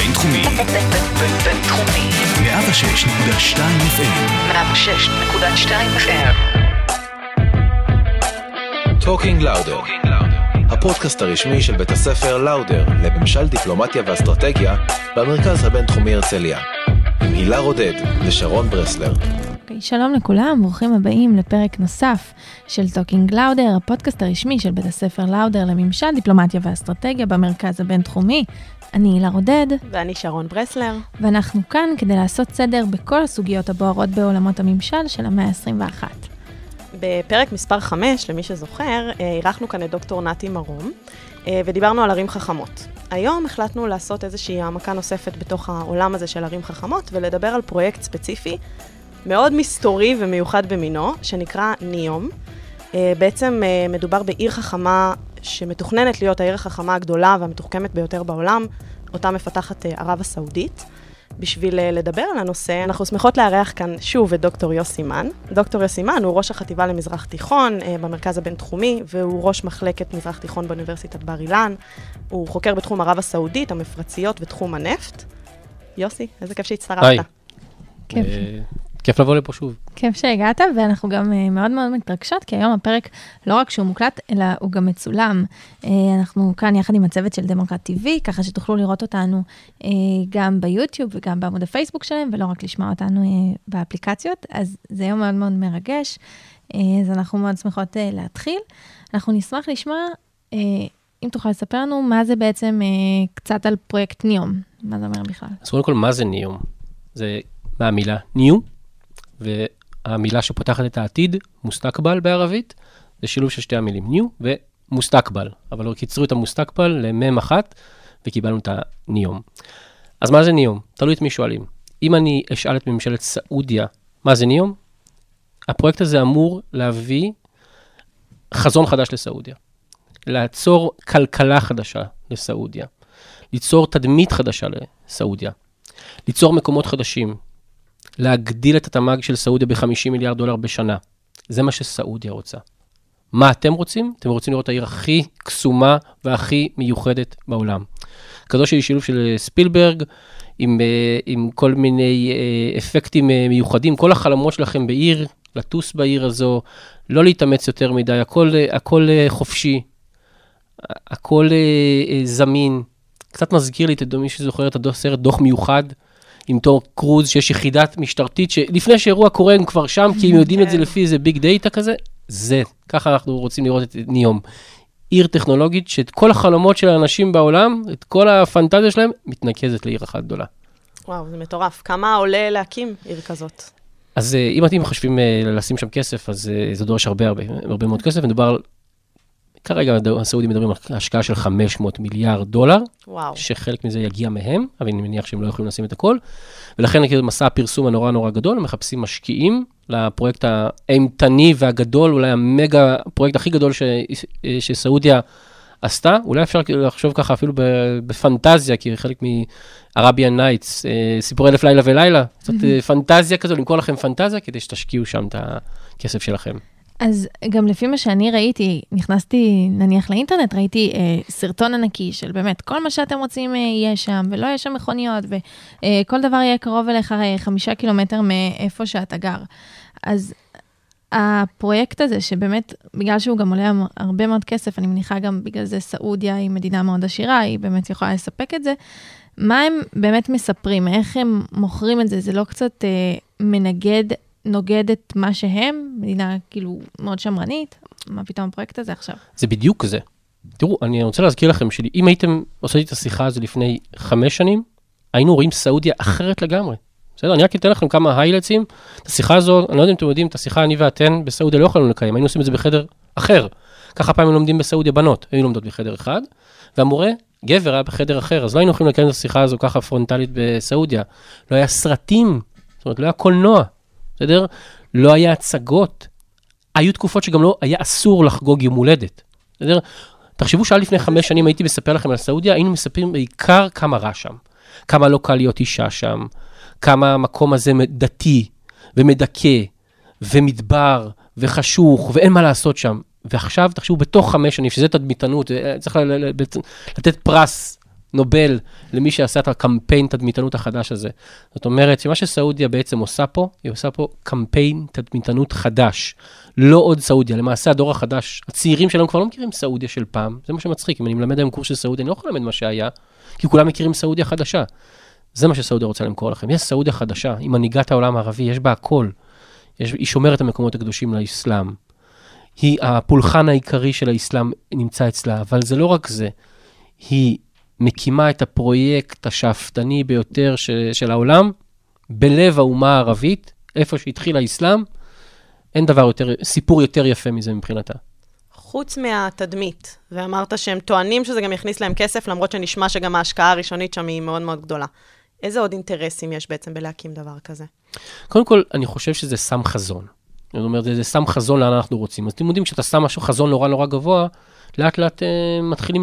בינתחומי. בינתחומי. 106.2 FM. 106.2 FM. Talking Louder. הפודקאסט הרשמי של בית הספר לאודר לממשל דיפלומטיה ואסטרטגיה במרכז הבינתחומי הרצליה. עם הילה רודד ושרון ברסלר. שלום לכולם, ברוכים הבאים לפרק נוסף של Talking Louder, הפודקאסט הרשמי של בית הספר לאודר לממשל דיפלומטיה ואסטרטגיה במרכז הבינתחומי. אני הילה רודד. ואני שרון ברסלר. ואנחנו כאן כדי לעשות סדר בכל הסוגיות הבוערות בעולמות הממשל של המאה ה-21. בפרק מספר 5, למי שזוכר, אירחנו כאן את דוקטור נתי מרום, ודיברנו על ערים חכמות. היום החלטנו לעשות איזושהי העמקה נוספת בתוך העולם הזה של ערים חכמות, ולדבר על פרויקט ספציפי, מאוד מסתורי ומיוחד במינו, שנקרא ניום. בעצם מדובר בעיר חכמה שמתוכננת להיות העיר החכמה הגדולה והמתוחכמת ביותר בעולם, אותה מפתחת ערב הסעודית. בשביל לדבר על הנושא, אנחנו שמחות לארח כאן שוב את דוקטור יוסי מן. דוקטור יוסי מן הוא ראש החטיבה למזרח תיכון במרכז הבינתחומי, והוא ראש מחלקת מזרח תיכון באוניברסיטת בר אילן. הוא חוקר בתחום ערב הסעודית, המפרציות ותחום הנפט. יוסי, איזה כיף שהצטרפת. היי. כיף. כיף לבוא לפה שוב. כיף שהגעת, ואנחנו גם מאוד מאוד מתרגשות, כי היום הפרק לא רק שהוא מוקלט, אלא הוא גם מצולם. אנחנו כאן יחד עם הצוות של דמוקרט TV, ככה שתוכלו לראות אותנו גם ביוטיוב וגם בעמוד הפייסבוק שלהם, ולא רק לשמוע אותנו באפליקציות. אז זה יום מאוד מאוד מרגש, אז אנחנו מאוד שמחות להתחיל. אנחנו נשמח לשמוע, אם תוכל לספר לנו, מה זה בעצם קצת על פרויקט ניום. מה זה אומר בכלל? אז קודם כל, מה זה ניום? זה מהמילה ניו, והמילה שפותחת את העתיד, מוסתקבל בערבית, זה שילוב של שתי המילים, ניו ומוסתקבל, אבל קיצרו את המוסתקבל למם אחת, וקיבלנו את הניום. אז מה זה ניום? תלוי את מי שואלים. אם אני אשאל את ממשלת סעודיה, מה זה ניום? הפרויקט הזה אמור להביא חזון חדש לסעודיה, לעצור כלכלה חדשה לסעודיה, ליצור תדמית חדשה לסעודיה, ליצור מקומות חדשים, להגדיל את התמ"ג של סעודיה ב$50 מיליארד בשנה. זה מה שסעודיה רוצה. מה אתם רוצים? אתם רוצים לראות העיר הכי קסומה והכי מיוחדת בעולם. כזו שהיא שילוב של ספילברג, עם כל מיני אפקטים מיוחדים, כל החלומות שלכם בעיר, לטוס בעיר הזו, לא להתאמץ יותר מדי, הכל חופשי, הכל זמין. קצת מזכיר לי, מי שזוכר את הסרט דוח מיוחד, עם תום קרוז, שיש יחידת משטרתית, שלפני שאירוע קורה הם כבר שם, כי הם יודעים את זה לפי איזה ביג דאטה כזה, ככה אנחנו רוצים לראות את ניום. עיר טכנולוגית, שאת כל החלומות של האנשים בעולם, את כל הפנטזיה שלהם, מתנקזת לעיר אחת גדולה. וואו, זה מטורף. כמה עולה להקים עיר כזאת? אז אם אתם חושבים לשים שם כסף, אז זה דורש הרבה מאוד כסף, מדובר כרגע הסעודים מדברים על השקעה של $500 מיליארד, וואו. שחלק מזה יגיע מהם, אבל אני מניח שהם לא יכולים לשים את הכל, ולכן מסע הפרסום הנורא גדול, הם מחפשים משקיעים לפרויקט האימתני והגדול, אולי המגה פרויקט הכי גדול שסעודיה עשתה, אולי אפשר לחשוב ככה אפילו בפנטזיה, כי חלק מערביאן נייטס, סיפור 1000 לילה ולילה, קצת פנטזיה כזו, למכור לכם פנטזיה, כדי שתשקיעו שם את הכסף שלכם. אז גם לפי מה שאני ראיתי, נכנסתי נניח לאינטרנט, ראיתי סרטון ענקי של באמת, כל מה שאתם רוצים יהיה שם, ולא יהיה שם מכוניות, וכל דבר יהיה קרוב אליך 5 קילומטר מאיפה שאתה גר. אז הפרויקט הזה, שבאמת, בגלל שהוא גם עולה הרבה מאוד כסף, אני מניחה גם בגלל זה סעודיה היא מדינה מאוד עשירה, היא באמת יכולה לספק את זה, מה הם באמת מספרים? איך הם מוכרים את זה? זה לא קצת נוגד את מה שהם, מדינה כאילו מאוד שמרנית, מה פתאום הפרויקט הזה עכשיו? זה בדיוק זה. תראו, אני רוצה להזכיר לכם שאם הייתם עושים את השיחה הזו לפני 5 שנים, היינו רואים סעודיה אחרת לגמרי. בסדר? אני רק אתן לכם כמה היילייטסים. את השיחה הזו, אני לא יודע אם אתם יודעים, את השיחה אני ואתן בסעודיה לא יכולנו לקיים, היינו עושים את זה בחדר אחר. ככה פעמים לומדים בסעודיה בנות, היו לומדות בחדר אחד, והמורה, גבר, היה בחדר אחר, אז לא היינו יכולים לקיים את השיחה הזו ככה פרונטלית בסעודיה. לא היה סרטים, זאת אומרת, לא היה קולנוע. בסדר? לא היה הצגות. היו תקופות שגם לא היה אסור לחגוג יום הולדת. בסדר? תחשבו שעד לפני 5 שנים הייתי מספר לכם על סעודיה, היינו מספרים בעיקר כמה רע שם. כמה לא קל להיות אישה שם. כמה המקום הזה דתי ומדכא ומדבר וחשוך ואין מה לעשות שם. ועכשיו תחשבו בתוך 5 שנים, שזה תדמיתנות, צריך לתת פרס נובל למי שעשה את הקמפיין תדמיתנות החדש הזה. זאת אומרת, שמה שסעודיה בעצם עושה פה, היא עושה פה קמפיין תדמיתנות חדש. לא עוד סעודיה, למעשה הדור החדש. הצעירים שלנו כבר לא מכירים סעודיה של פעם, זה מה שמצחיק. אם אני מלמד היום קורס של סעודיה, אני לא יכול ללמד מה שהיה, כי כולם מכירים סעודיה חדשה. זה מה שסעודיה רוצה למכור לכם. יש סעודיה חדשה, היא מנהיגת העולם הערבי, יש בה הכל. היא שומרת את המקומות הקדושים לאסלאם. היא הפולחן העיקרי של האסלאם נמצא אצלה, אבל זה לא רק זה. היא מקימה את הפרויקט השאפתני ביותר של העולם, בלב האומה הערבית, איפה שהתחיל האסלאם, אין דבר יותר, סיפור יותר יפה מזה מבחינתה. חוץ מהתדמית, ואמרת שהם טוענים שזה גם יכניס להם כסף, למרות שנשמע שגם ההשקעה הראשונית שם היא מאוד מאוד גדולה. איזה עוד אינטרסים יש בעצם בלהקים דבר כזה? קודם כל, אני חושב שזה שם חזון. זאת אומרת, זה שם חזון לאן אנחנו רוצים. אז אתם יודעים, כשאתה שם משהו חזון נורא נורא גבוה, לאט לאט מתחילים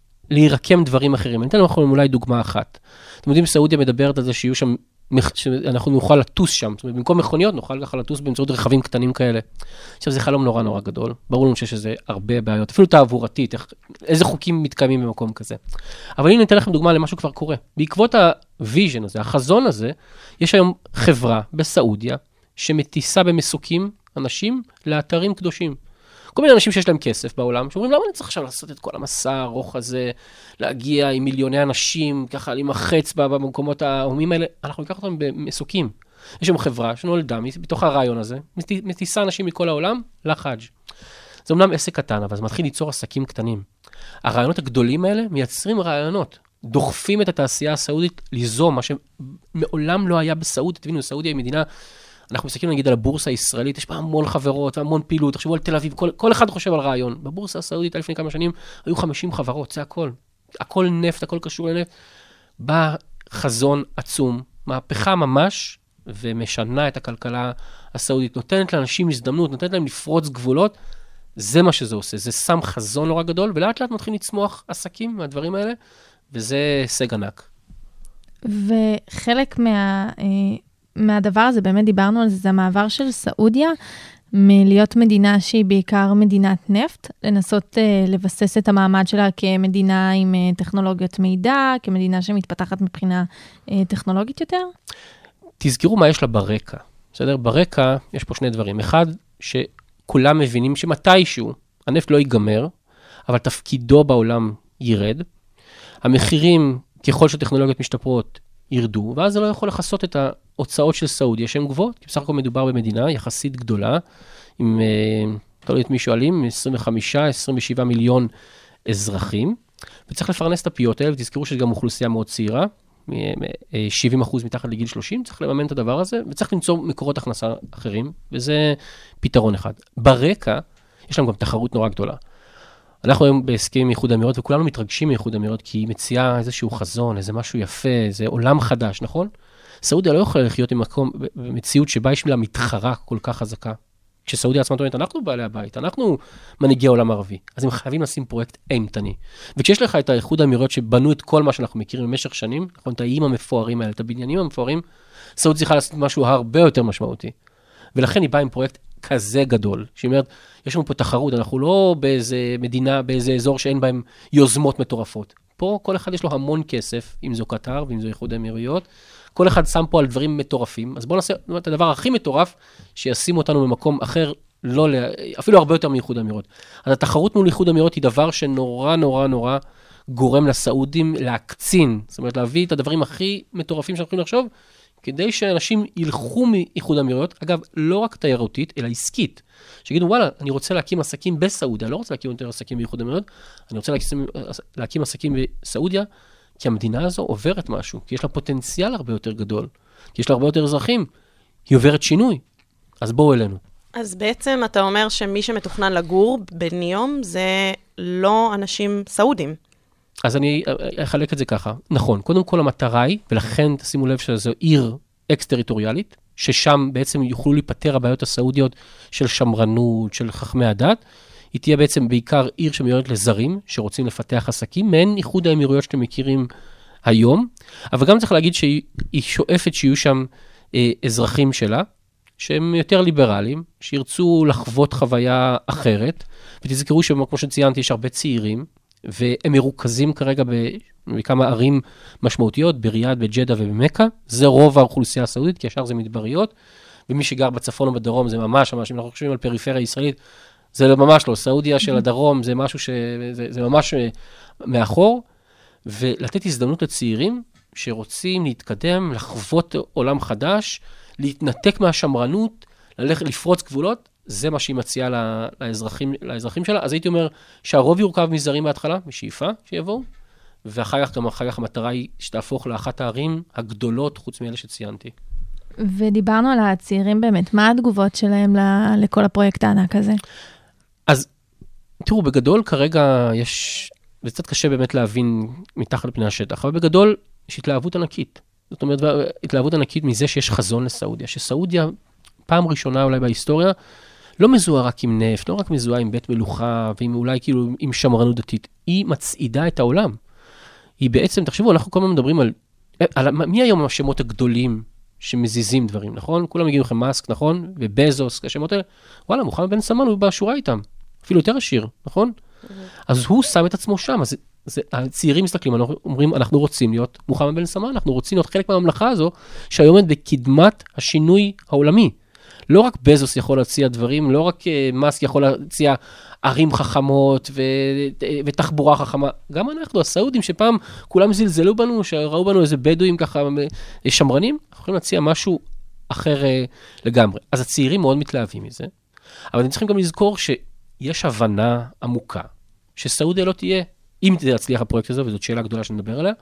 להירקם דברים אחרים. אני אתן לכם אולי דוגמה אחת. אתם יודעים, סעודיה מדברת על זה שיהיו שם, שאנחנו נוכל לטוס שם. זאת אומרת, במקום מכוניות, נוכל ככה לטוס באמצעות רכבים קטנים כאלה. עכשיו, זה חלום נורא נורא גדול. ברור לנו שיש איזה הרבה בעיות, אפילו תעבורתית, איזה חוקים מתקיימים במקום כזה. אבל הנה ניתן לכם דוגמה למה שכבר קורה. בעקבות הוויז'ן הזה, החזון הזה, יש היום חברה בסעודיה שמטיסה במסוקים אנשים לאתרים קדושים. כל מיני אנשים שיש להם כסף בעולם, שאומרים, למה אני צריך עכשיו לעשות את כל המסע הארוך הזה, להגיע עם מיליוני אנשים, ככה להימחץ במקומות ההומים האלה, אנחנו ניקח אותם במסוקים. יש שם חברה שנולדה בתוך הרעיון הזה, מטיסה אנשים מכל העולם לחאג'. זה אומנם עסק קטן, אבל זה מתחיל ליצור עסקים קטנים. הרעיונות הגדולים האלה מייצרים רעיונות, דוחפים את התעשייה הסעודית ליזום, מה שמעולם לא היה בסעודיה. תבינו, סעודיה היא מדינה, אנחנו מסתכלים נגיד על הבורסה הישראלית, יש בה המון חברות והמון פעילות, תחשבו על תל אביב, כל אחד חושב על רעיון. בבורסה הסעודית לפני כמה שנים היו 50 חברות, זה הכל. הכל נפט, הכל קשור לנפט. בא חזון עצום, מהפכה ממש, ומשנה את הכלכלה הסעודית, נותנת לאנשים הזדמנות, נותנת להם לפרוץ גבולות, זה מה שזה עושה, זה שם חזון נורא גדול, ולאט לאט מתחיל לצמוח עסקים מהדברים האלה, וזה הישג ענק. וחלק מהדבר הזה, באמת דיברנו על זה, זה המעבר של סעודיה, מלהיות מדינה שהיא בעיקר מדינת נפט, לנסות לבסס את המעמד שלה כמדינה עם טכנולוגיות מידע, כמדינה שמתפתחת מבחינה טכנולוגית יותר? תזכרו מה יש לה ברקע. בסדר? ברקע יש פה שני דברים. אחד, שכולם מבינים שמתישהו הנפט לא ייגמר, אבל תפקידו בעולם ירד. המחירים, ככל שהטכנולוגיות משתפרות, ירדו, ואז זה לא יכול לחסות את ההוצאות של סעודיה, שהן גבוהות, כי בסך הכל מדובר במדינה יחסית גדולה, עם, תלוי את מי שואלים, 25-27 מיליון אזרחים, וצריך לפרנס את הפיות האלה, ותזכרו שיש גם אוכלוסייה מאוד צעירה, 70% מתחת לגיל 30, צריך לממן את הדבר הזה, וצריך למצוא מקורות הכנסה אחרים, וזה פתרון אחד. ברקע, יש להם גם תחרות נורא גדולה. אנחנו היום בהסכם עם איחוד האמירויות, וכולנו מתרגשים מאיחוד האמירויות, כי היא מציעה איזשהו חזון, איזה משהו יפה, איזה עולם חדש, נכון? סעודיה לא יכולה לחיות במציאות שבה יש לה מתחרה כל כך חזקה. כשסעודיה עצמה טוענת, אנחנו בעלי הבית, אנחנו מנהיגי העולם הערבי, אז הם חייבים לשים פרויקט אימתני. וכשיש לך את האיחוד האמירויות שבנו את כל מה שאנחנו מכירים במשך שנים, נכון, את האיים המפוארים האלה, את הבניינים המפוארים, סעודיה צריכה לעשות משהו הרבה יותר משמעותי. ולכן היא באה עם פרויקט כזה גדול, שהיא אומרת, יש לנו פה תחרות, אנחנו לא באיזה מדינה, באיזה אזור שאין בהם יוזמות מטורפות. פה כל אחד יש לו המון כסף, אם זו קטר ואם זו איחוד האמירויות, כל אחד שם פה על דברים מטורפים, אז בואו נעשה את הדבר הכי מטורף, שישים אותנו במקום אחר, אפילו הרבה יותר מאיחוד האמירויות. אז התחרות מול איחוד האמירויות היא דבר שנורא נורא נורא גורם לסעודים להקצין, זאת אומרת להביא את הדברים הכי מטורפים שאנחנו יכולים לחשוב, כדי שאנשים ילכו מאיחוד האמירויות, אגב, לא רק תיירותית, אלא עסקית. שיגידו, וואלה, אני רוצה להקים עסקים בסעודיה, לא רוצה להקים יותר עסקים באיחוד האמירויות, אני רוצה להקים עסקים בסעודיה, כי המדינה הזו עוברת משהו, כי יש לה פוטנציאל הרבה יותר גדול, כי יש לה הרבה יותר אזרחים, היא עוברת שינוי. אז בואו אלינו. אז בעצם אתה אומר שמי שמתוכנן לגור בניום, זה לא אנשים סעודים. אז אני אחלק את זה ככה. נכון, קודם כל המטרה היא, ולכן תשימו לב שזו עיר אקס-טריטוריאלית, ששם בעצם יוכלו להיפטר הבעיות הסעודיות של שמרנות, של חכמי הדת. היא תהיה בעצם בעיקר עיר שמיועדת לזרים, שרוצים לפתח עסקים, מעין איחוד האמירויות שאתם מכירים היום. אבל גם צריך להגיד שהיא שואפת שיהיו שם אזרחים שלה, שהם יותר ליברליים, שירצו לחוות חוויה אחרת. ותזכרו שכמו שציינתי, יש הרבה צעירים, והם מרוכזים כרגע בכמה ערים משמעותיות, בריאד, בג'דה ובמכה. זה רוב האוכלוסייה הסעודית, כי ישר זה מדבריות, ומי שגר בצפון או בדרום זה ממש, אם אנחנו חושבים על פריפריה ישראלית, זה ממש לא, סעודיה של הדרום זה משהו זה ממש מאחור, ולתת הזדמנות לצעירים שרוצים להתקדם, לחוות עולם חדש, להתנתק מהשמרנות, ללכת לפרוץ גבולות, זה מה שהיא מציעה לאזרחים שלה. אז הייתי אומר שהרוב יורכב מזרים בהתחלה, משאיפה שיבואו, ואחר כך המטרה היא שתהפוך לאחת הערים הגדולות חוץ מאלה שציינתי. ודיברנו על הצעירים באמת, מה התגובות שלהם לכל הפרויקט הענק הזה? אז תראו, בגדול כרגע זה קצת קשה באמת להבין מתחת לפני השטח, אבל בגדול יש התלהבות ענקית. זאת אומרת, התלהבות ענקית מזה שיש חזון לסעודיה, שסעודיה פעם ראשונה אולי בהיסטוריה, לא מזוהה רק עם נפט, לא רק מזוהה עם בית מלוכה, ועם אולי כאילו עם שמרנות דתית, היא מצעידה את העולם. היא בעצם, תחשבו, אנחנו כל הזמן מדברים על מי היום השמות הגדולים שמזיזים דברים, נכון? כולם מגיעים לכם מאסק, נכון? ובזוס, השמות האלה. וואלה, מוחמד בן סלמן הוא בשורה איתם. אפילו יותר עשיר, נכון? אז הוא שם את עצמו שם. אז הצעירים מסתכלים, אומרים, אנחנו רוצים להיות מוחמד בן סלמן, אנחנו רוצים להיות חלק מהממלכה הזו, שהיום עומד בקדמת השינוי העולמי. לא רק בזוס יכול להציע דברים, לא רק מאסק יכול להציע ערים חכמות ותחבורה חכמה. גם אנחנו, הסעודים, שפעם כולם זלזלו בנו, שראו בנו איזה בדואים ככה שמרנים, אנחנו יכולים להציע משהו אחר לגמרי. אז הצעירים מאוד מתלהבים מזה, אבל אתם צריכים גם לזכור שיש הבנה עמוקה, שסעודיה לא תהיה, אם תצליח הפרויקט הזה, וזאת שאלה גדולה שנדבר עליה,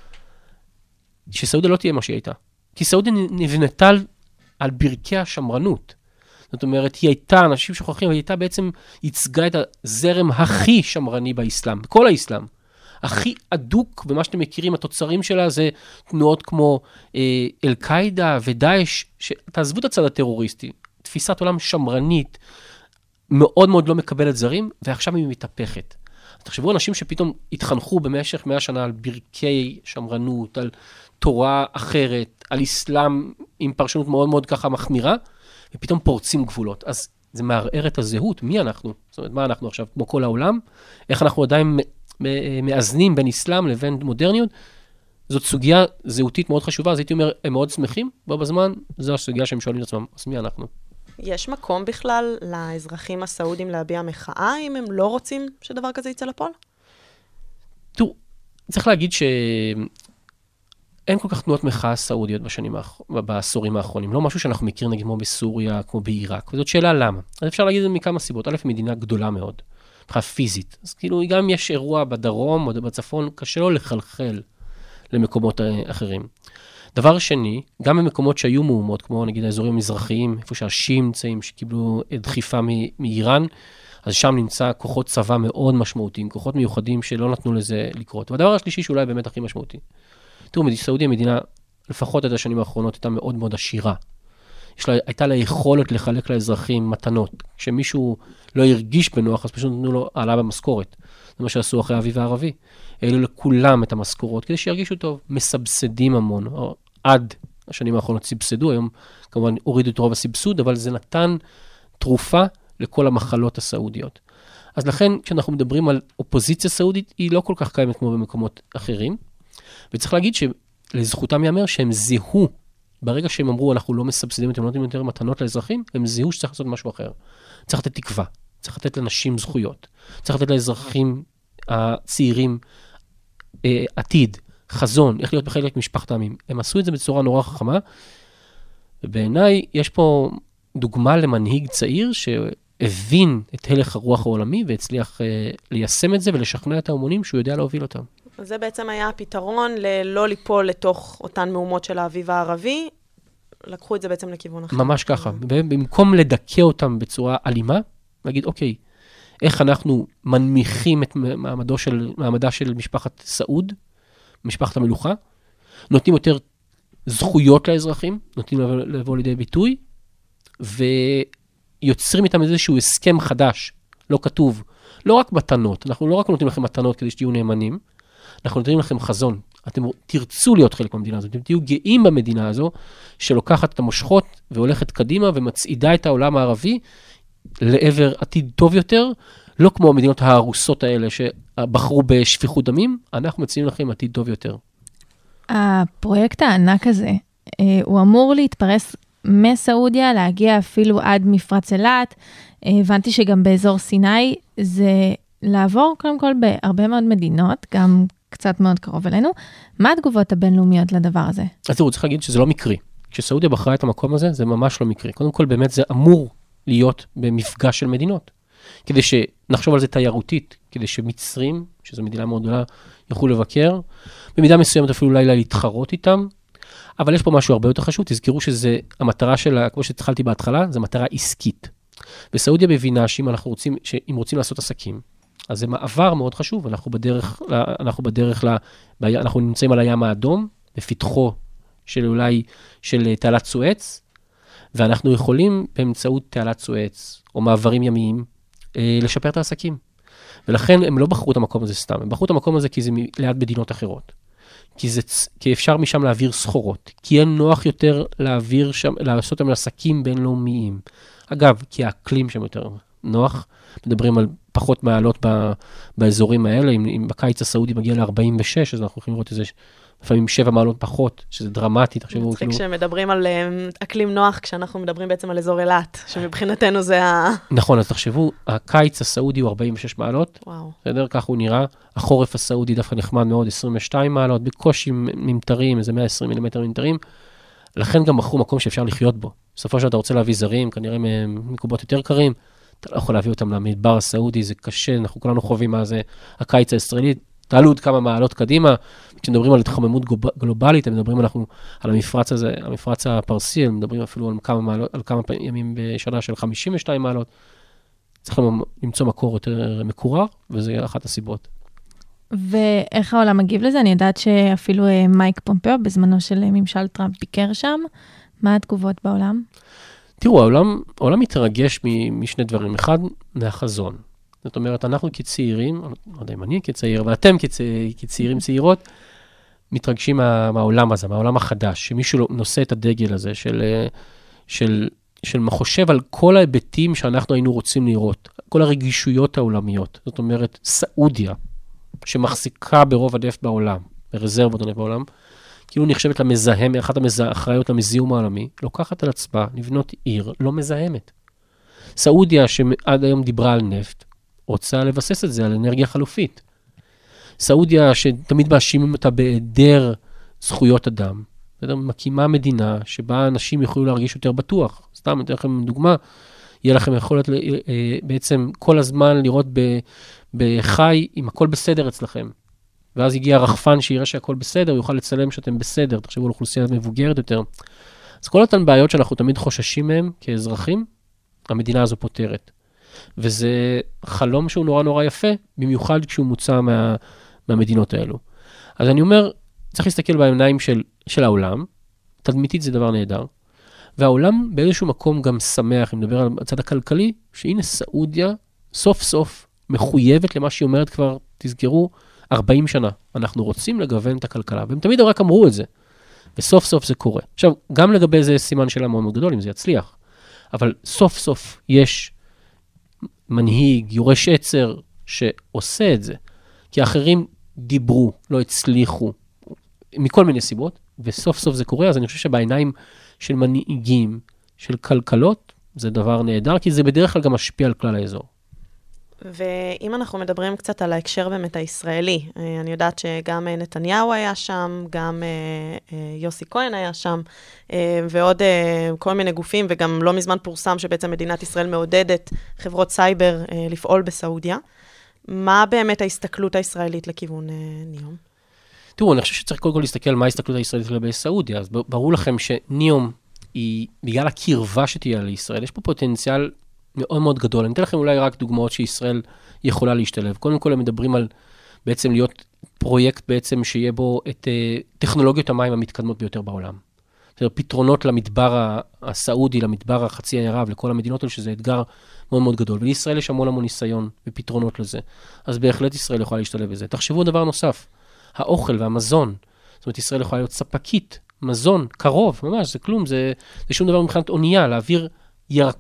שסעודיה לא תהיה מה שהיא הייתה. כי סעודיה נבנתה על ברכי השמרנות. זאת אומרת, היא הייתה, אנשים שוכחים, היא הייתה בעצם, ייצגה את הזרם הכי שמרני באסלאם, בכל האסלאם. הכי עדוק, ומה שאתם מכירים, התוצרים שלה זה תנועות כמו אל-קאידה ודאעש, שתעזבו את הצד הטרוריסטי, תפיסת עולם שמרנית, מאוד מאוד לא מקבלת זרים, ועכשיו היא מתהפכת. תחשבו, אנשים שפתאום התחנכו במשך 100 שנה על ברכי שמרנות, על תורה אחרת, על אסלאם עם פרשנות מאוד מאוד ככה מחמירה, ופתאום פורצים גבולות. אז זה מערער את הזהות, מי אנחנו? זאת אומרת, מה אנחנו עכשיו, כמו כל העולם? איך אנחנו עדיין מאזנים בין אסלאם לבין מודרניות? זאת סוגיה זהותית מאוד חשובה, אז הייתי אומר, הם מאוד שמחים, בזמן, זו הסוגיה שהם שואלים את עצמם, אז מי אנחנו? יש מקום בכלל לאזרחים הסעודים להביע מחאה, אם הם לא רוצים שדבר כזה יצא לפועל? תראו, צריך להגיד אין כל כך תנועות מחאה סעודיות בעשורים האחרונים. לא משהו שאנחנו מכיר נגיד כמו בסוריה, כמו בעיראק. וזאת שאלה למה. אז אפשר להגיד את זה מכמה סיבות. א', מדינה גדולה מאוד, מבחינה פיזית. אז כאילו, גם אם יש אירוע בדרום או בצפון, קשה לו לחלחל למקומות אחרים. דבר שני, גם במקומות שהיו מהומות, כמו נגיד האזורים המזרחיים, איפה שהשיעים נמצאים, שקיבלו דחיפה מאיראן, אז שם נמצא כוחות צבא מאוד משמעותיים, כוחות מיוחדים שלא נתנו לזה לקרות. והדבר השלישי שאולי באמת הכי משמעותי. תראו, סעודיה מדינה, לפחות עד השנים האחרונות, הייתה מאוד מאוד עשירה. הייתה לה יכולת לחלק לאזרחים מתנות. כשמישהו לא הרגיש בנוח, אז פשוט נתנו לו העלאה במשכורת. זה מה שעשו אחרי האביב הערבי. העלו לכולם את המשכורות, כדי שירגישו טוב. מסבסדים המון, או עד השנים האחרונות סבסדו, היום כמובן הורידו את רוב הסבסוד, אבל זה נתן תרופה לכל המחלות הסעודיות. אז לכן, כשאנחנו מדברים על אופוזיציה סעודית, היא לא כל כך קיימת כמו במקומות אחרים, וצריך להגיד שלזכותם יאמר שהם זיהו, ברגע שהם אמרו, אנחנו לא מסבסדים, אתם לא נותנים יותר מתנות לאזרחים, הם זיהו שצריך לעשות משהו אחר. צריך לתת תקווה, צריך לתת לאנשים זכויות, צריך לתת לאזרחים הצעירים עתיד, חזון, איך להיות בחלק משפחת העמים. הם עשו את זה בצורה נורא חכמה, ובעיניי יש פה דוגמה למנהיג צעיר שהבין את הלך הרוח העולמי, והצליח ליישם את זה ולשכנע את ההמונים שהוא יודע להוביל אותם. זה בעצם היה הפתרון ללא ליפול לתוך אותן מהומות של האביב הערבי, לקחו את זה בעצם לכיוון אחר. ממש ככה. במקום לדכא אותם בצורה אלימה, להגיד, אוקיי, איך אנחנו מנמיכים את מעמדה של משפחת סעוד, משפחת המלוכה, נותנים יותר זכויות לאזרחים, נותנים לבוא לידי ביטוי, ויוצרים איתם איזשהו הסכם חדש, לא כתוב, לא רק מתנות, אנחנו לא רק נותנים לכם מתנות כדי שתהיו נאמנים, אנחנו נותנים לכם חזון, אתם תרצו להיות חלק מהמדינה הזו, אתם תהיו גאים במדינה הזו, שלוקחת את המושכות והולכת קדימה, ומצעידה את העולם הערבי לעבר עתיד טוב יותר, לא כמו המדינות ההרוסות האלה שבחרו בשפיכות דמים, אנחנו מציעים לכם עתיד טוב יותר. הפרויקט הענק הזה, הוא אמור להתפרס מסעודיה, להגיע אפילו עד מפרץ אילת. הבנתי שגם באזור סיני, זה לעבור קודם כל בהרבה מאוד מדינות, גם קצת מאוד קרוב אלינו. מה התגובות הבינלאומיות לדבר הזה? אז תראו, צריך להגיד שזה לא מקרי. כשסעודיה בחרה את המקום הזה, זה ממש לא מקרי. קודם כל, באמת זה אמור להיות במפגש של מדינות. כדי שנחשוב על זה תיירותית, כדי שמצרים, שזו מדינה מאוד גדולה, יוכלו לבקר, במידה מסוימת אפילו לילה להתחרות איתם, אבל יש פה משהו הרבה יותר חשוב, תזכרו שזה המטרה שלה, כמו שהתחלתי בהתחלה, זו מטרה עסקית. וסעודיה מבינה שאם רוצים לעשות עסקים, אז זה מעבר מאוד חשוב, אנחנו נמצאים על הים האדום, בפתחו של תעלת סואץ, ואנחנו יכולים באמצעות תעלת סואץ, או מעברים ימיים, לשפר את העסקים. ולכן הם לא בחרו את המקום הזה סתם, הם בחרו את המקום הזה כי זה ליד מדינות אחרות. כי אפשר משם להעביר סחורות, כי אין נוח יותר לעשות אותם לעסקים בינלאומיים. אגב, כי האקלים שם יותר נוח, מדברים על פחות מעלות באזורים האלה, אם בקיץ הסעודי מגיע ל-46, אז אנחנו יכולים לראות איזה לפעמים 7 מעלות פחות, שזה דרמטי, תחשבו. מצחיק שמדברים על אקלים נוח, כשאנחנו מדברים בעצם על אזור אילת, שמבחינתנו זה נכון, אז תחשבו, הקיץ הסעודי הוא 46 מעלות, בסדר? כך הוא נראה, החורף הסעודי דווקא נחמד מאוד, 22 מעלות, בקושי ממטרים, איזה 120 מילימטר ממטרים, לכן גם בחרו מקום שאפשר לחיות בו. בסופו של דבר אתה רוצה להביא זרים, כנראה מקומות יותר קרים, אתה לא יכול להביא אותם למדבר הסעודי, זה קשה, אנחנו כולנו חווים מה זה הקיץ הישראלי, תעלו עוד כמה מעלות קדימה, כשמדברים על התחממות גלובלית, הם מדברים על המפרץ הזה, המפרץ הפרסי, הם מדברים אפילו על כמה ימים בשנה של 52 מעלות, צריך למצוא מקור יותר מקורר, וזה אחת הסיבות. ואיך העולם מגיב לזה? אני יודעת שאפילו מייק פומפאו, בזמנו של ממשל טראמפ, ביקר שם. מה התגובות בעולם? תראו, העולם מתרגש משני דברים. אחד, מהחזון. זאת אומרת, אנחנו כצעירים, לא יודע אם אני כצעיר, אבל אתם כצעירים צעירות, מתרגשים מהעולם הזה, מהעולם החדש, שמישהו נושא את הדגל הזה, של חושב על כל ההיבטים שאנחנו היינו רוצים לראות, כל הרגישויות העולמיות. זאת אומרת, סעודיה, שמחזיקה ברוב הנפט בעולם, ברזרבות הנפט בעולם, כאילו נחשבת למזהם, אחת האחראיות למזיהום העולמי, לוקחת על עצמה לבנות עיר לא מזהמת. סעודיה, שעד היום דיברה על נפט, רוצה לבסס את זה על אנרגיה חלופית. סעודיה, שתמיד מאשימים אותה בהיעדר זכויות אדם, מקימה מדינה שבה אנשים יוכלו להרגיש יותר בטוח. סתם, אתן לכם דוגמה, יהיה לכם יכולת בעצם כל הזמן לראות בחי אם הכל בסדר אצלכם. ואז הגיע רחפן שיראה שהכל בסדר, הוא יוכל לצלם שאתם בסדר, תחשבו על אוכלוסייה מבוגרת יותר. אז כל אותן בעיות שאנחנו תמיד חוששים מהן כאזרחים, המדינה הזו פותרת. וזה חלום שהוא נורא נורא יפה, במיוחד כשהוא מוצא מהמדינות האלו. אז אני אומר, צריך להסתכל בעיניים של העולם, תדמיתית זה דבר נהדר, והעולם באיזשהו מקום גם שמח, אם נדבר על הצד הכלכלי, שהנה סעודיה סוף סוף מחויבת למה שהיא אומרת כבר, תזכרו, 40 שנה. אנחנו רוצים לגוון את הכלכלה, והם תמיד רק אמרו את זה, וסוף סוף זה קורה. עכשיו, גם לגבי זה סימן שאלה מאוד מאוד גדול, אם זה יצליח, אבל סוף סוף יש מנהיג, יורש עצר, שעושה את זה, כי אחרים דיברו, לא הצליחו, מכל מיני סיבות, וסוף סוף זה קורה, אז אני חושב שבעיניים של מנהיגים, של כלכלות, זה דבר נהדר, כי זה בדרך כלל גם משפיע על כלל האזור. ואם אנחנו מדברים קצת על ההקשר באמת הישראלי, אני יודעת שגם נתניהו היה שם, גם יוסי כהן היה שם, ועוד כל מיני גופים, וגם לא מזמן פורסם שבעצם מדינת ישראל מעודדת חברות סייבר לפעול בסעודיה. מה באמת ההסתכלות הישראלית לכיוון ניום? תראו, אני חושב שצריך קודם כל להסתכל על מה ההסתכלות הישראלית לגבי סעודיה, אז ברור לכם שניום היא, בגלל הקרבה שתהיה לישראל, יש פה פוטנציאל מאוד מאוד גדול. אני אתן לכם אולי רק דוגמאות שישראל יכולה להשתלב. קודם כל הם מדברים על בעצם להיות פרויקט בעצם שיהיה בו את טכנולוגיות המים המתקדמות ביותר בעולם. פתרונות למדבר הסעודי, למדבר החצי העי ערב, לכל המדינות האלה, שזה אתגר מאוד מאוד גדול. ולישראל יש המון ניסיון ופתרונות לזה. אז בהחלט ישראל יכולה להשתלב בזה. תחשבו דבר נוסף, האוכל והמזון. זאת אומרת, ישראל יכולה להיות ספקית, מזון, קרוב, ממש, זה כלום, זה שום דבר מבחינת אונייה, להעביר ירקות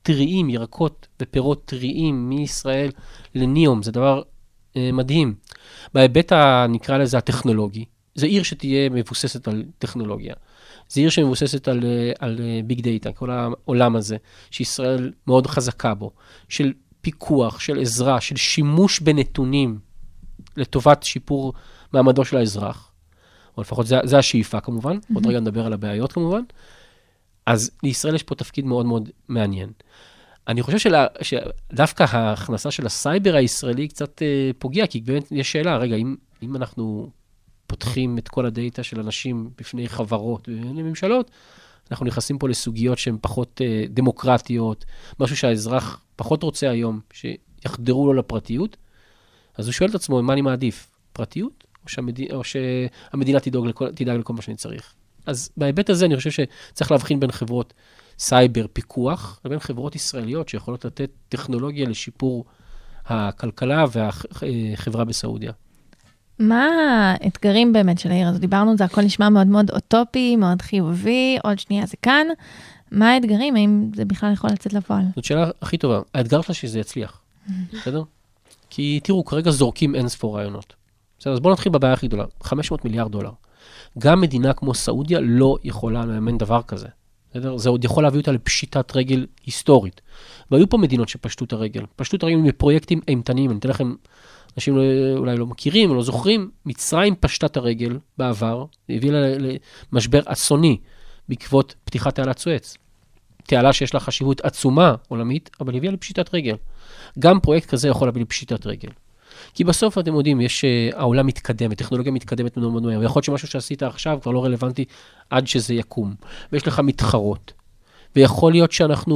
טריים, ירקות ופירות טריים מישראל לניום, זה דבר מדהים. בהיבט נקרא לזה הטכנולוגי, זה עיר שתהיה מבוססת על טכנולוגיה. זה עיר שמבוססת על ביג דאטה, כל העולם הזה, שישראל מאוד חזקה בו, של פיקוח, של עזרה, של שימוש בנתונים לטובת שיפור מעמדו של האזרח, או לפחות זה השאיפה כמובן, עוד רגע נדבר על הבעיות כמובן, אז לישראל יש פה תפקיד מאוד מאוד מעניין. אני חושב שדווקא ההכנסה של הסייבר הישראלי קצת פוגע, כי באמת יש שאלה, רגע, אם אנחנו פותחים את כל הדאטה של אנשים בפני חברות וממשלות, אנחנו נכנסים פה לסוגיות שהן פחות דמוקרטיות, משהו שהאזרח פחות רוצה היום, שיחדרו לו לפרטיות, אז הוא שואל את עצמו, מה אני מעדיף? פרטיות? או שהמדינה תדאג לכל מה שאני צריך? אז בהיבט הזה אני חושב שצריך להבחין בין חברות סייבר פיקוח, לבין חברות ישראליות שיכולות לתת טכנולוגיה לשיפור הכלכלה והחברה בסעודיה. מה האתגרים באמת של העיר הזו? דיברנו, זה הכל נשמע מאוד מאוד אוטופי, מאוד חיובי, עוד שנייה זה כאן. מה האתגרים? האם זה בכלל יכול לצאת לפועל? זאת שאלה הכי טובה. האתגר שלה שזה יצליח. בסדר? כי תראו, כרגע זורקים אין ספור רעיונות. בסדר? אז בואו נתחיל בבעיה הכי גדולה. $500 מיליארד. גם מדינה כמו סעודיה לא יכולה לאמן דבר כזה. בסדר? זה עוד יכול להביא אותה לפשיטת רגל היסטורית. והיו פה מדינות שפשטו את הרגל. פשטו את הרגל מפרויקטים אימתניים. אני אתן לכם, אנשים אולי לא מכירים או לא זוכרים, מצרים פשטה את הרגל בעבר, הביאה למשבר אסוני בעקבות פתיחת תעלת סואץ. תעלה שיש לה חשיבות עצומה עולמית, אבל הביאה לפשיטת רגל. גם פרויקט כזה יכול להביא לפשיטת רגל. כי בסוף אתם יודעים, העולם מתקדם, טכנולוגיה מתקדמת מאוד מאוד מהר, ויכול להיות שמשהו שעשית עכשיו כבר לא רלוונטי עד שזה יקום. ויש לך מתחרות. ויכול להיות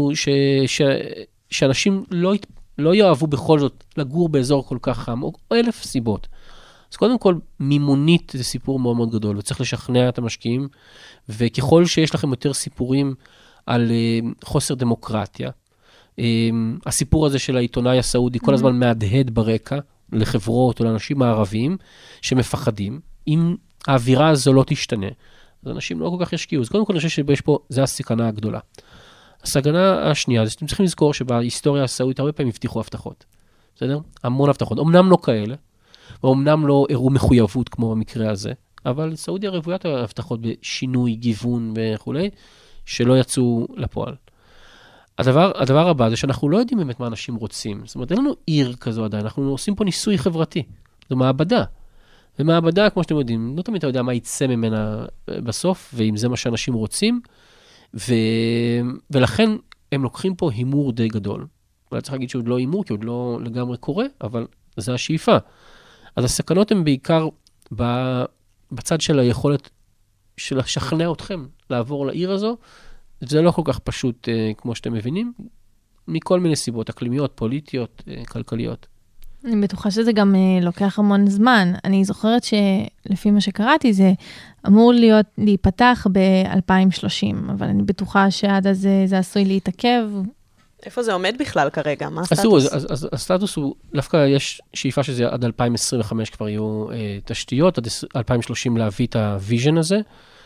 שאנשים לא יאהבו בכל זאת לגור באזור כל כך חם, או 1,000 סיבות. אז קודם כל, מימונית זה סיפור מאוד מאוד גדול, וצריך לשכנע את המשקיעים, וככל שיש לכם יותר סיפורים על חוסר דמוקרטיה, הסיפור הזה של העיתונאי הסעודי כל הזמן מהדהד ברקע, לחברות או לאנשים הערביים שמפחדים, אם האווירה הזו לא תשתנה, אז אנשים לא כל כך ישקיעו. אז קודם כל אני חושב שיש פה, זה הסכנה הגדולה. הסכנה השנייה, זה שאתם צריכים לזכור שבהיסטוריה הסעודית הרבה פעמים הבטיחו הבטחות. בסדר? המון הבטחות. אמנם לא כאלה, ואומנם לא הראו מחויבות כמו במקרה הזה, אבל סעודיה רוויית הבטחות בשינוי, גיוון וכו', שלא יצאו לפועל. הדבר הבא זה שאנחנו לא יודעים באמת מה אנשים רוצים. זאת אומרת, אין לנו עיר כזו עדיין, אנחנו עושים פה ניסוי חברתי. זו מעבדה. ומעבדה, כמו שאתם יודעים, לא תמיד אתה יודע מה יצא ממנה בסוף, ואם זה מה שאנשים רוצים, ולכן הם לוקחים פה הימור די גדול. אולי צריך להגיד שעוד לא הימור, כי עוד לא לגמרי קורה, אבל זה השאיפה. אז הסכנות הן בעיקר בצד של היכולת של לשכנע אתכם לעבור לעיר הזו, זה לא כל כך פשוט כמו שאתם מבינים, מכל מיני סיבות, אקלימיות, פוליטיות, כלכליות. אני בטוחה שזה גם לוקח המון זמן. אני זוכרת שלפי מה שקראתי, זה אמור להיפתח ב-2030, אבל אני בטוחה שעד אז זה עשוי להתעכב. איפה זה עומד בכלל כרגע? מה הסטטוס? אז הסטטוס הוא, דווקא יש שאיפה שזה עד 2025 כבר יהיו תשתיות, עד 2030 להביא את הוויז'ן הזה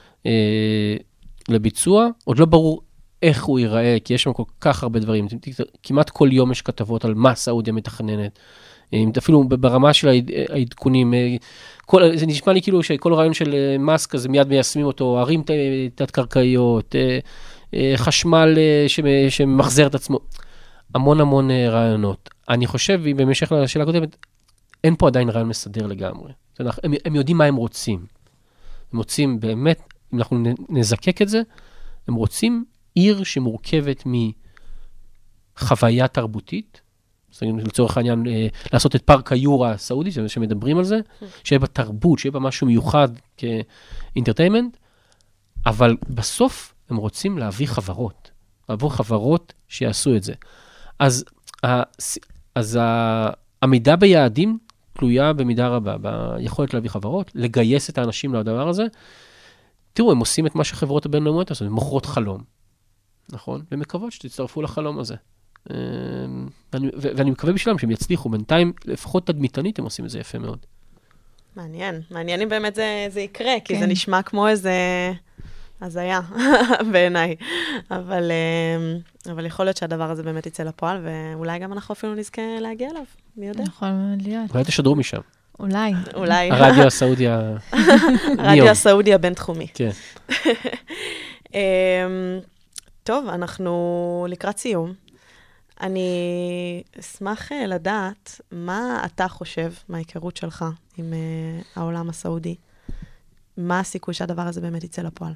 לביצוע. עוד לא ברור איך הוא ייראה, כי יש שם כל כך הרבה דברים. כמעט כל יום יש כתבות על מה סעודיה מתכננת. אפילו ברמה של העדכונים, זה נשמע לי כאילו שכל רעיון של מאסק הזה מיד מיישמים אותו, ערים תת-קרקעיות, חשמל שמחזר את עצמו, המון רעיונות. אני חושב, במשך לשאלה הקודמת, אין פה עדיין רעיון מסדר לגמרי. הם יודעים מה הם רוצים. הם רוצים באמת, אם אנחנו נזקק את זה, הם רוצים עיר שמורכבת מחוויה תרבותית, לצורך העניין, לעשות את פארק היורה הסעודי, שמדברים על זה, שיהיה בה תרבות, שיהיה בה משהו מיוחד כאינטרטיימנט, אבל בסוף הם רוצים להביא חברות שיעשו את זה. אז העמידה ביעדים תלויה במידה רבה, ביכולת להביא חברות, לגייס את האנשים לדבר הזה. תראו, הם עושים את מה שחברות הבינלאומיות עושות, הם מוכרות חלום, נכון? ומקוות שתצטרפו לחלום הזה. ואני מקווה בשבילם שהם יצליחו, בינתיים, לפחות תדמיתנית, הם עושים את זה יפה מאוד. מעניין אם באמת זה יקרה, כי זה נשמע כמו איזה אז היה, בעיניי. אבל יכול להיות שהדבר הזה באמת יצא לפועל, ואולי גם אנחנו אפילו נזכה להגיע אליו, מי יודע? יכול מאוד להיות. אולי תשדרו משם. אולי. הרדיו הסעודי הרדיו הסעודי הבינתחומי. כן. טוב, אנחנו לקראת סיום. אני אשמח לדעת מה אתה חושב מההיכרות שלך עם העולם הסעודי. מה הסיכוי שהדבר הזה באמת יצא לפועל?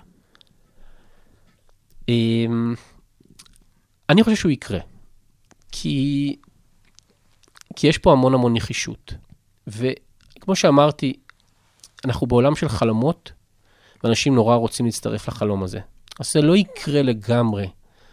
אני חושב שהוא יקרה. כי יש פה המון נחישות. וכמו שאמרתי, אנחנו בעולם של חלומות, ואנשים נורא רוצים להצטרף לחלום הזה. אז זה לא יקרה לגמרי,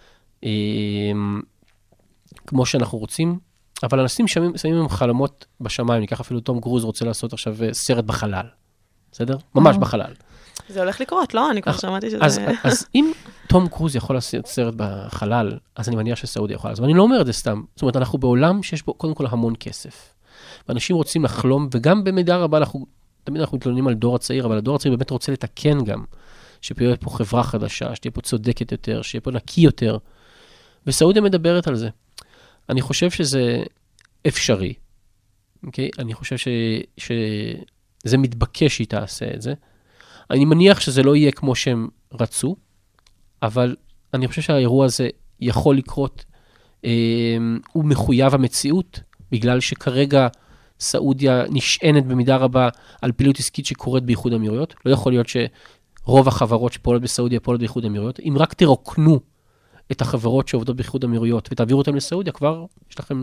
כמו שאנחנו רוצים, אבל אנשים שמים עם חלומות בשמיים, ניקח אפילו תום קרוז רוצה לעשות עכשיו סרט בחלל. בסדר? ממש בחלל. זה הולך לקרות, לא? אני כבר שמעתי שזה... אז אם תום קרוז יכול לעשות סרט בחלל, אז אני מניח שסעודיה יכול. אז אני לא אומר את זה סתם. זאת אומרת, אנחנו בעולם שיש בו קודם כל המון כסף. ואנשים רוצים לחלום, וגם במידה רבה תמיד אנחנו מתלוננים על דור הצעיר, אבל הדור הצעיר באמת רוצה לתקן גם, שתהיה פה חברה חדשה, שתהיה פה צודקת יותר, שתהיה פה נקי יותר. וסעודיה מדברת על זה. אני חושב שזה אפשרי. אוקיי? אני חושב שזה מתבקש שהיא תעשה את זה. אני מניח שזה לא יהיה כמו שהם רצו, אבל אני חושב שהאירוע הזה יכול לקרות, הוא מחויב המציאות, בגלל שכרגע סעודיה נשענת במידה רבה על פעילות עסקית שקורית באיחוד האמירויות. לא יכול להיות שרוב החברות שפועלות בסעודיה פועלות באיחוד האמירויות. אם רק תרוקנו את החברות שעובדות באיחוד האמירויות ותעבירו אותם לסעודיה, כבר יש לכם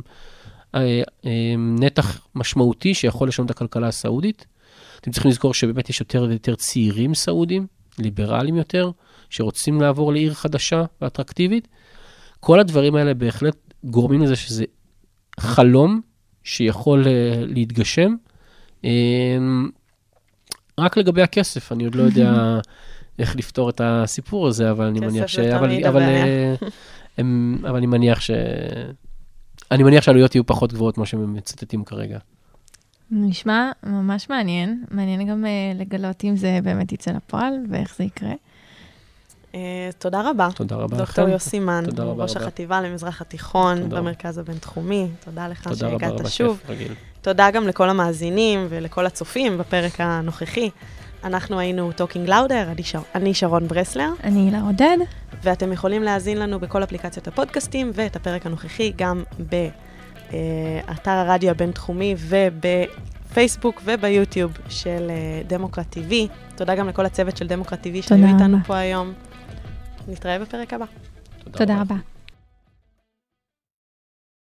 נתח משמעותי שיכול לשנות את הכלכלה הסעודית. אתם צריכים לזכור שבאמת יש יותר ויותר צעירים סעודים, ליברליים יותר, שרוצים לעבור לעיר חדשה ואטרקטיבית. כל הדברים האלה בהחלט גורמים לזה שזה חלום שיכול להתגשם. רק לגבי הכסף, אני עוד לא יודע איך לפתור את הסיפור הזה, אבל אני מניח אבל אני מניח שהעלויות יהיו פחות גבוהות כמו שהם מצטטים כרגע. נשמע ממש מעניין. מעניין גם לגלות אם זה באמת יצא לפועל ואיך זה יקרה. תודה רבה. תודה רבה לכם. דוקטור יוסי מן, ראש החטיבה למזרח התיכון במרכז הבינתחומי. תודה לך שהגעת שוב. תודה גם לכל המאזינים ולכל הצופים בפרק הנוכחי. אנחנו היינו Talking Louder, אני שרון ברסלר. אני הילה רודד. ואתם יכולים להאזין לנו בכל אפליקציות הפודקאסטים, ואת הפרק הנוכחי גם באתר הרדיו הבינתחומי ובפייסבוק וביוטיוב של דמוקרט TV. תודה גם לכל הצוות של דמוקרט TV שהיו איתנו פה היום. נתראה בפרק הבא. תודה רבה.